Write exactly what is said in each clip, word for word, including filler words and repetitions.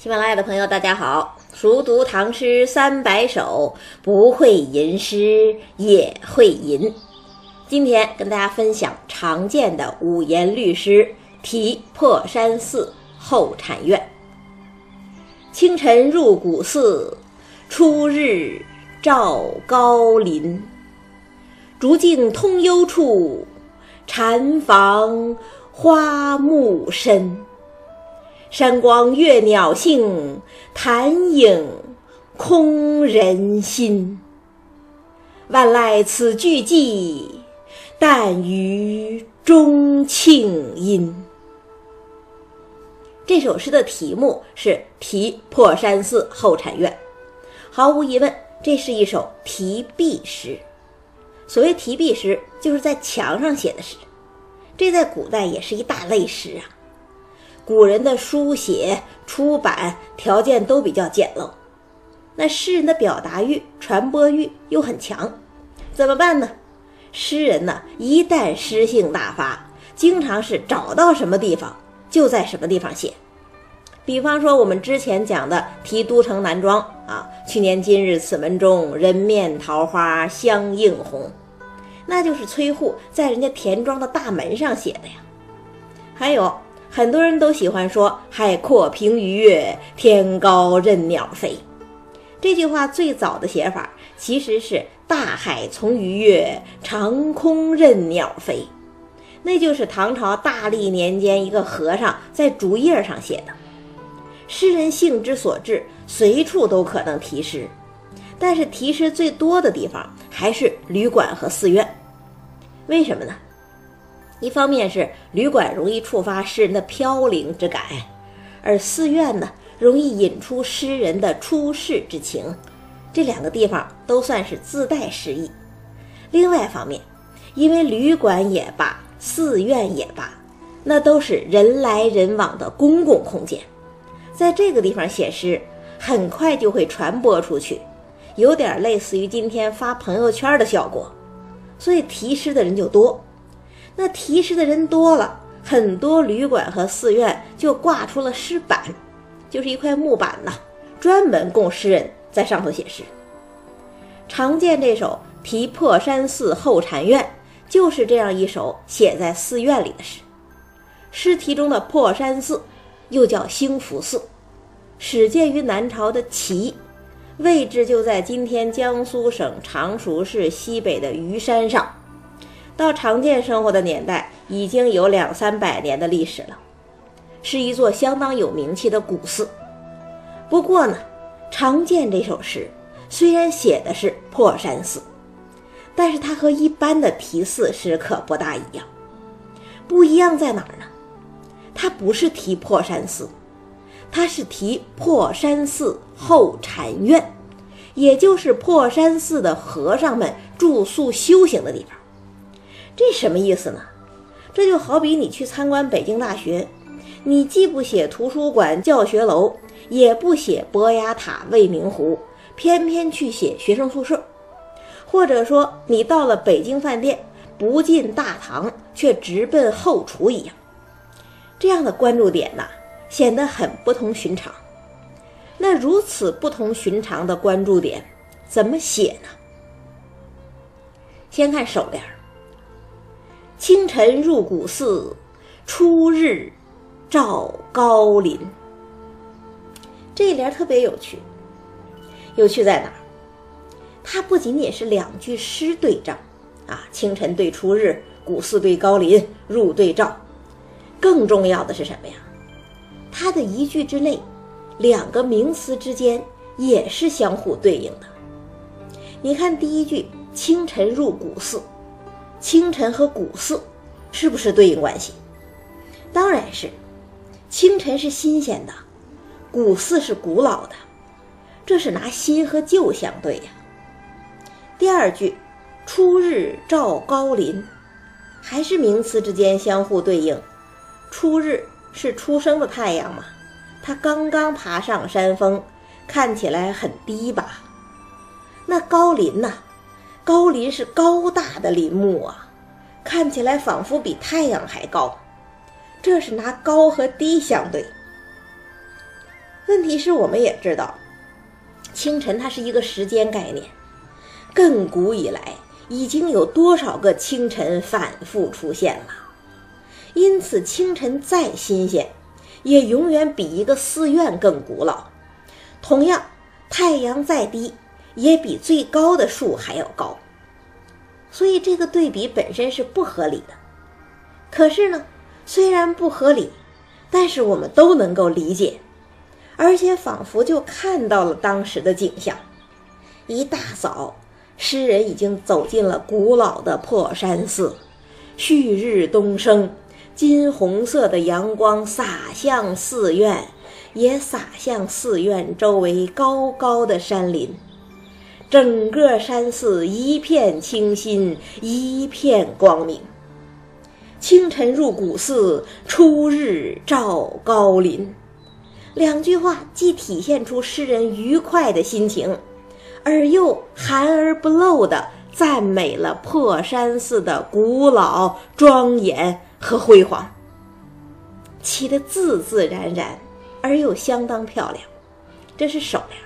喜马拉雅的朋友大家好，熟读唐诗三百首，不会吟诗也会吟。今天跟大家分享常见的五言律诗《题破山寺后禅院》。清晨入古寺，初日照高林。竹径通幽处，禅房花木深。山光悦鸟性，潭影空人心。万籁此俱寂，但余钟磬音。这首诗的题目是《题破山寺后禅院》，毫无疑问，这是一首题壁诗。所谓题壁诗，就是在墙上写的诗，这在古代也是一大类诗啊。古人的书写出版条件都比较简陋，那诗人的表达欲传播欲又很强，怎么办呢？诗人呢，一旦诗性大发，经常是找到什么地方就在什么地方写。比方说我们之前讲的题都城南庄啊，去年今日此门中，人面桃花相映红，那就是崔护在人家田庄的大门上写的呀。还有很多人都喜欢说海阔凭鱼跃，天高任鸟飞。这句话最早的写法其实是大海从鱼跃，长空任鸟飞，那就是唐朝大历年间一个和尚在竹叶上写的。诗人兴之所至，随处都可能题诗，但是题诗最多的地方还是旅馆和寺院。为什么呢？一方面是旅馆容易触发诗人的飘零之感，而寺院呢，容易引出诗人的出世之情，这两个地方都算是自带诗意。另外一方面，因为旅馆也罢，寺院也罢，那都是人来人往的公共空间，在这个地方写诗，很快就会传播出去，有点类似于今天发朋友圈的效果，所以题诗的人就多。那题诗的人多了，很多旅馆和寺院就挂出了诗板，就是一块木板呐，专门供诗人在上头写诗。常见这首《题破山寺后禅院》就是这样一首写在寺院里的诗。诗题中的破山寺又叫兴福寺，始建于南朝的齐，位置就在今天江苏省常熟市西北的虞山上。到常建生活的年代已经有两三百年的历史了，是一座相当有名气的古寺。不过呢，常建这首诗虽然写的是破山寺，但是它和一般的题寺诗可不大一样。不一样在哪儿呢？它不是题破山寺，它是题破山寺后禅院，也就是破山寺的和尚们住宿修行的地方。这什么意思呢？这就好比你去参观北京大学，你既不写图书馆教学楼，也不写博雅塔未名湖，偏偏去写学生宿舍。或者说你到了北京饭店，不进大堂，却直奔后厨一样。这样的关注点呢，显得很不同寻常。那如此不同寻常的关注点怎么写呢？先看首联：清晨入古寺，初日照高林。这一联特别有趣，有趣在哪儿？它不仅仅是两句诗对仗啊，清晨对初日，古寺对高林，入对照。更重要的是什么呀？它的一句之内，两个名词之间也是相互对应的。你看第一句，清晨入古寺，清晨和古寺是不是对应关系？当然是。清晨是新鲜的，古寺是古老的，这是拿新和旧相对呀。第二句，初日照高林，还是名词之间相互对应。初日是初升的太阳嘛，它刚刚爬上山峰，看起来很低吧。那高林呢？高林是高大的林木啊，看起来仿佛比太阳还高，这是拿高和低相对。 问题是我们也知道，清晨它是一个时间概念，亘古以来已经有多少个清晨反复出现了，因此清晨再新鲜，也永远比一个寺院更古老。同样，太阳再低，也比最高的树还要高。所以这个对比本身是不合理的。可是呢，虽然不合理，但是我们都能够理解，而且仿佛就看到了当时的景象。一大早，诗人已经走进了古老的破山寺，旭日东升，金红色的阳光洒向寺院，也洒向寺院周围高高的山林。整个山寺一片清新，一片光明。清晨入古寺，初日照高林。两句话既体现出诗人愉快的心情，而又含而不露地赞美了破山寺的古老、庄严和辉煌，起得自自然然而又相当漂亮。这是首联。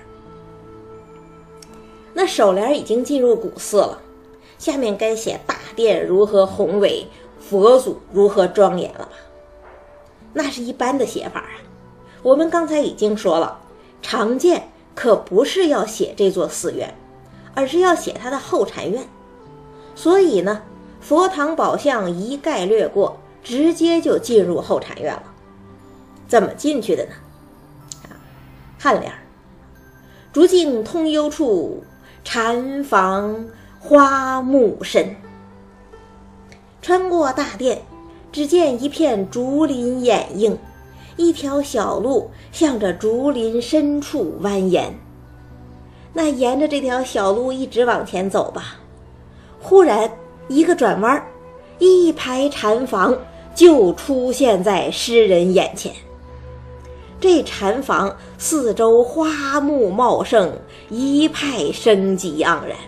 那首联已经进入古寺了，下面该写大殿如何宏伟，佛祖如何庄严了吧？那是一般的写法啊。我们刚才已经说了，常见可不是要写这座寺院，而是要写它的后禅院。所以呢，佛堂宝相一概略过，直接就进入后禅院了。怎么进去的呢？啊，颔联：竹径通幽处，禅房花木深。穿过大殿，只见一片竹林掩映，一条小路向着竹林深处蜿蜒。那沿着这条小路一直往前走吧，忽然一个转弯，一排禅房就出现在诗人眼前。这禅房四周花木茂盛，一派生机盎然。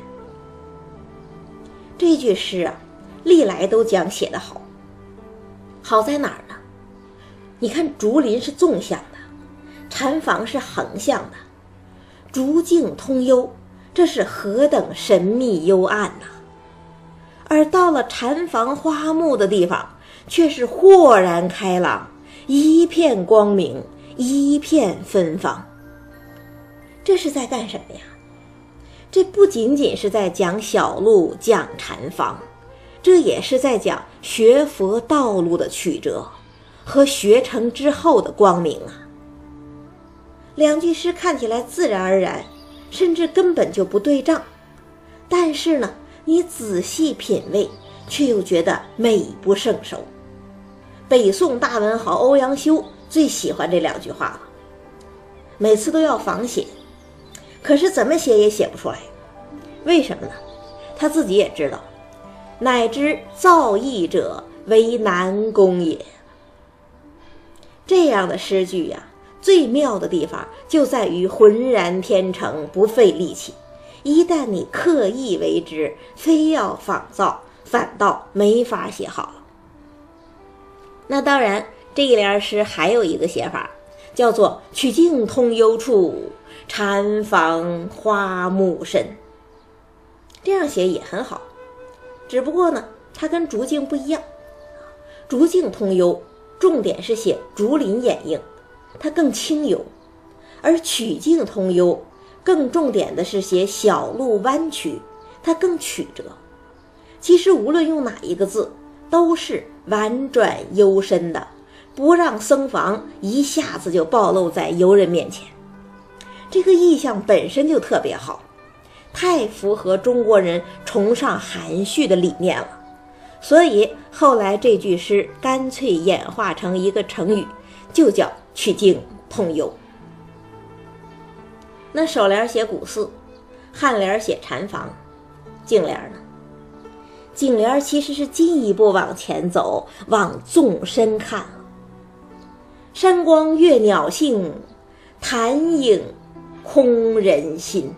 这句诗啊，历来都讲写得好。好在哪儿呢？你看竹林是纵向的，禅房是横向的，竹径通幽，这是何等神秘幽暗呐！而到了禅房花木的地方，却是豁然开朗，一片光明，一片芬芳。这是在干什么呀？这不仅仅是在讲小路，讲禅房，这也是在讲学佛道路的曲折和学成之后的光明啊。两句诗看起来自然而然，甚至根本就不对仗，但是呢，你仔细品味，却又觉得美不胜收。北宋大文豪欧阳修最喜欢这两句话了，每次都要仿写，可是怎么写也写不出来。为什么呢？他自己也知道，乃知造诣者为难工也。这样的诗句呀、啊，最妙的地方就在于浑然天成，不费力气。一旦你刻意为之，非要仿造，反倒没法写好了。那当然，这一联诗还有一个写法，叫做曲径通幽处，禅房花木深。这样写也很好，只不过呢，它跟竹径不一样。竹径通幽，重点是写竹林掩映，它更清幽；而曲径通幽，更重点的是写小路弯曲，它更曲折。其实无论用哪一个字，都是婉转幽深的，不让僧房一下子就暴露在游人面前。这个意象本身就特别好，太符合中国人崇尚含蓄的理念了。所以后来这句诗干脆演化成一个成语，就叫曲径通幽。那首联写古寺，颔联写禅房，颈联呢？颈联其实是进一步往前走，往纵深看了。山光悦鸟性，潭影空人心。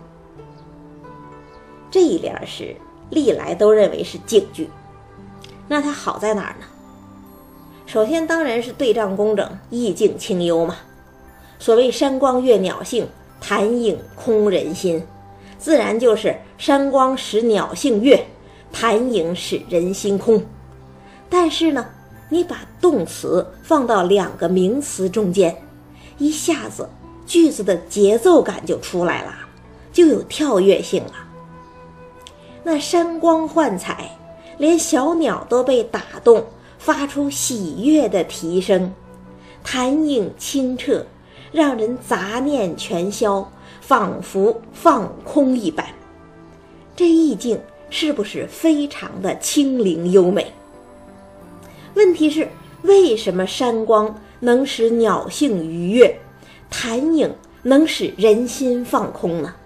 这一联诗历来都认为是警句，那它好在哪儿呢？首先当然是对仗工整，意境清幽嘛。 所谓山光悦鸟性，潭影空人心，自然就是山光使鸟性悦，潭影使人心空。但是呢，你把动词放到两个名词中间，一下子句子的节奏感就出来了，就有跳跃性了。那山光幻彩，连小鸟都被打动，发出喜悦的啼声，潭影清澈，让人杂念全消，仿佛放空一般。这意境是不是非常的清灵优美？问题是，为什么山光能使鸟性愉悦，潭影能使人心放空呢？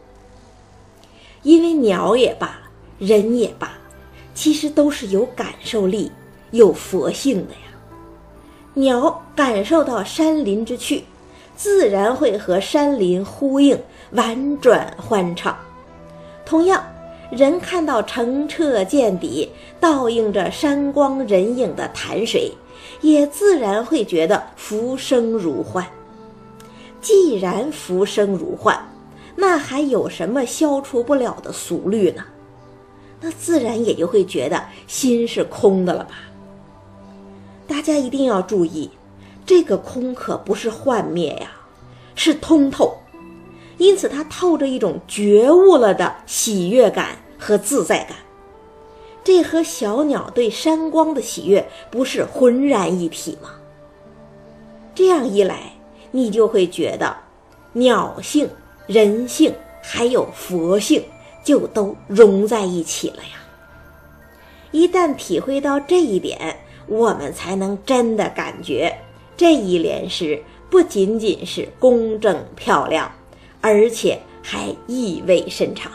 因为鸟也罢，人也罢，其实都是有感受力、有佛性的呀。鸟感受到山林之趣，自然会和山林呼应，婉转欢唱。同样，人看到澄澈见底，倒映着山光人影的潭水，也自然会觉得浮生如幻。既然浮生如幻，那还有什么消除不了的俗虑呢？那自然也就会觉得心是空的了吧。大家一定要注意，这个空可不是幻灭呀，是通透，因此它透着一种觉悟了的喜悦感和自在感。这和小鸟对山光的喜悦不是浑然一体吗？这样一来，你就会觉得鸟性、人性还有佛性就都融在一起了呀。一旦体会到这一点，我们才能真的感觉这一联诗不仅仅是工整漂亮，而且还意味深长。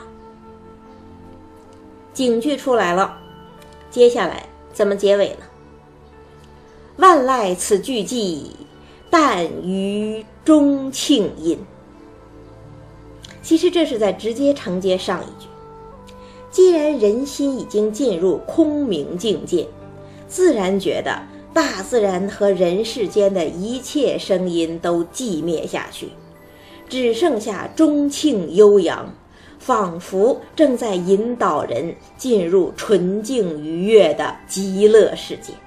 警句出来了，接下来怎么结尾呢？万籁此句寂，但余钟磬音。其实这是在直接承接上一句。既然人心已经进入空明境界，自然觉得大自然和人世间的一切声音都寂灭下去，只剩下钟磬悠扬，仿佛正在引导人进入纯净愉悦的极乐世界。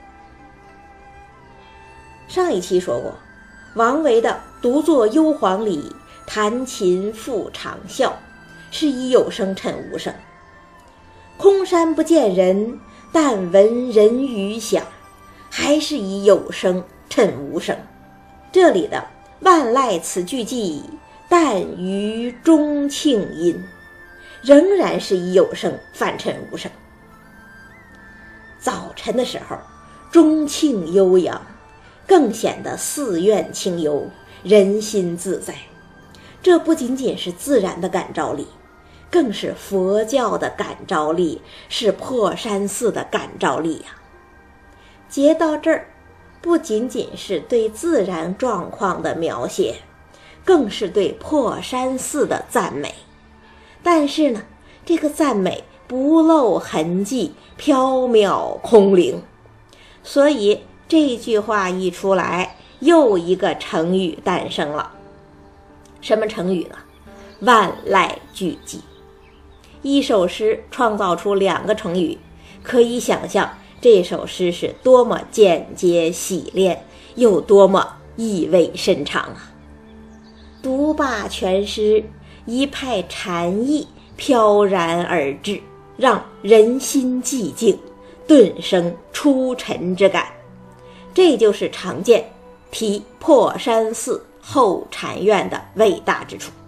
上一期说过，王维的独坐幽篁里，弹琴复长啸，是以有声衬无声。空山不见人，但闻人语响，还是以有声衬无声。这里的万籁此句寂，但余钟磬音，仍然是以有声反衬无声。早晨的时候，钟磬悠扬，更显得寺院清幽，人心自在。这不仅仅是自然的感召力，更是佛教的感召力，是破山寺的感召力呀。结到这儿，不仅仅是对自然状况的描写，更是对破山寺的赞美。但是呢，这个赞美不露痕迹，缥缈空灵。所以这句话一出来，又一个成语诞生了。什么成语呢？万籁俱寂。一首诗创造出两个成语，可以想象这首诗是多么简洁洗练，又多么意味深长啊！读罢全诗，一派禅意飘然而至，让人心寂静，顿生出尘之感。这就是常见题破山寺后禅院的伟大之处。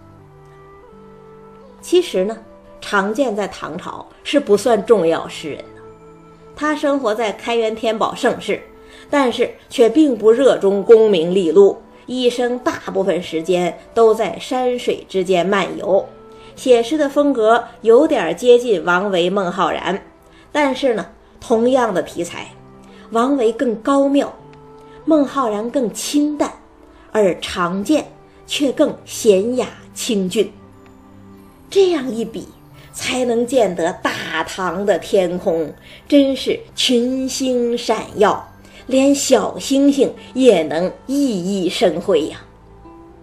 其实呢，常见在唐朝是不算重要诗人的，他生活在开元天宝盛世，但是却并不热衷功名利禄，一生大部分时间都在山水之间漫游。写诗的风格有点接近王维、孟浩然，但是呢，同样的题材，王维更高妙，孟浩然更清淡，而常见却更娴雅清俊。这样一比，才能见得大唐的天空真是群星闪耀，连小星星也能熠熠生辉呀。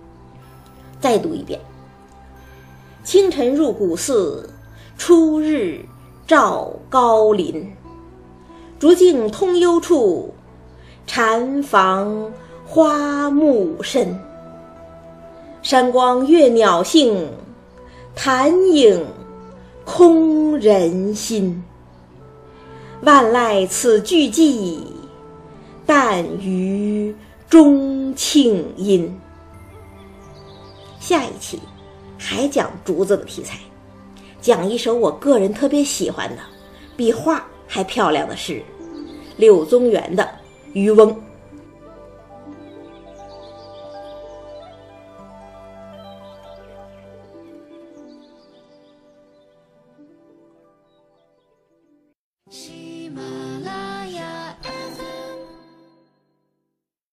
再读一遍：清晨入古寺，初日照高林。竹径通幽处，禅房花木深。山光悦鸟性，潭影空人心。万籁此俱寂，但余钟磬音。下一期还讲竹子的题材，讲一首我个人特别喜欢的比画还漂亮的诗，柳宗元的《渔翁》。 是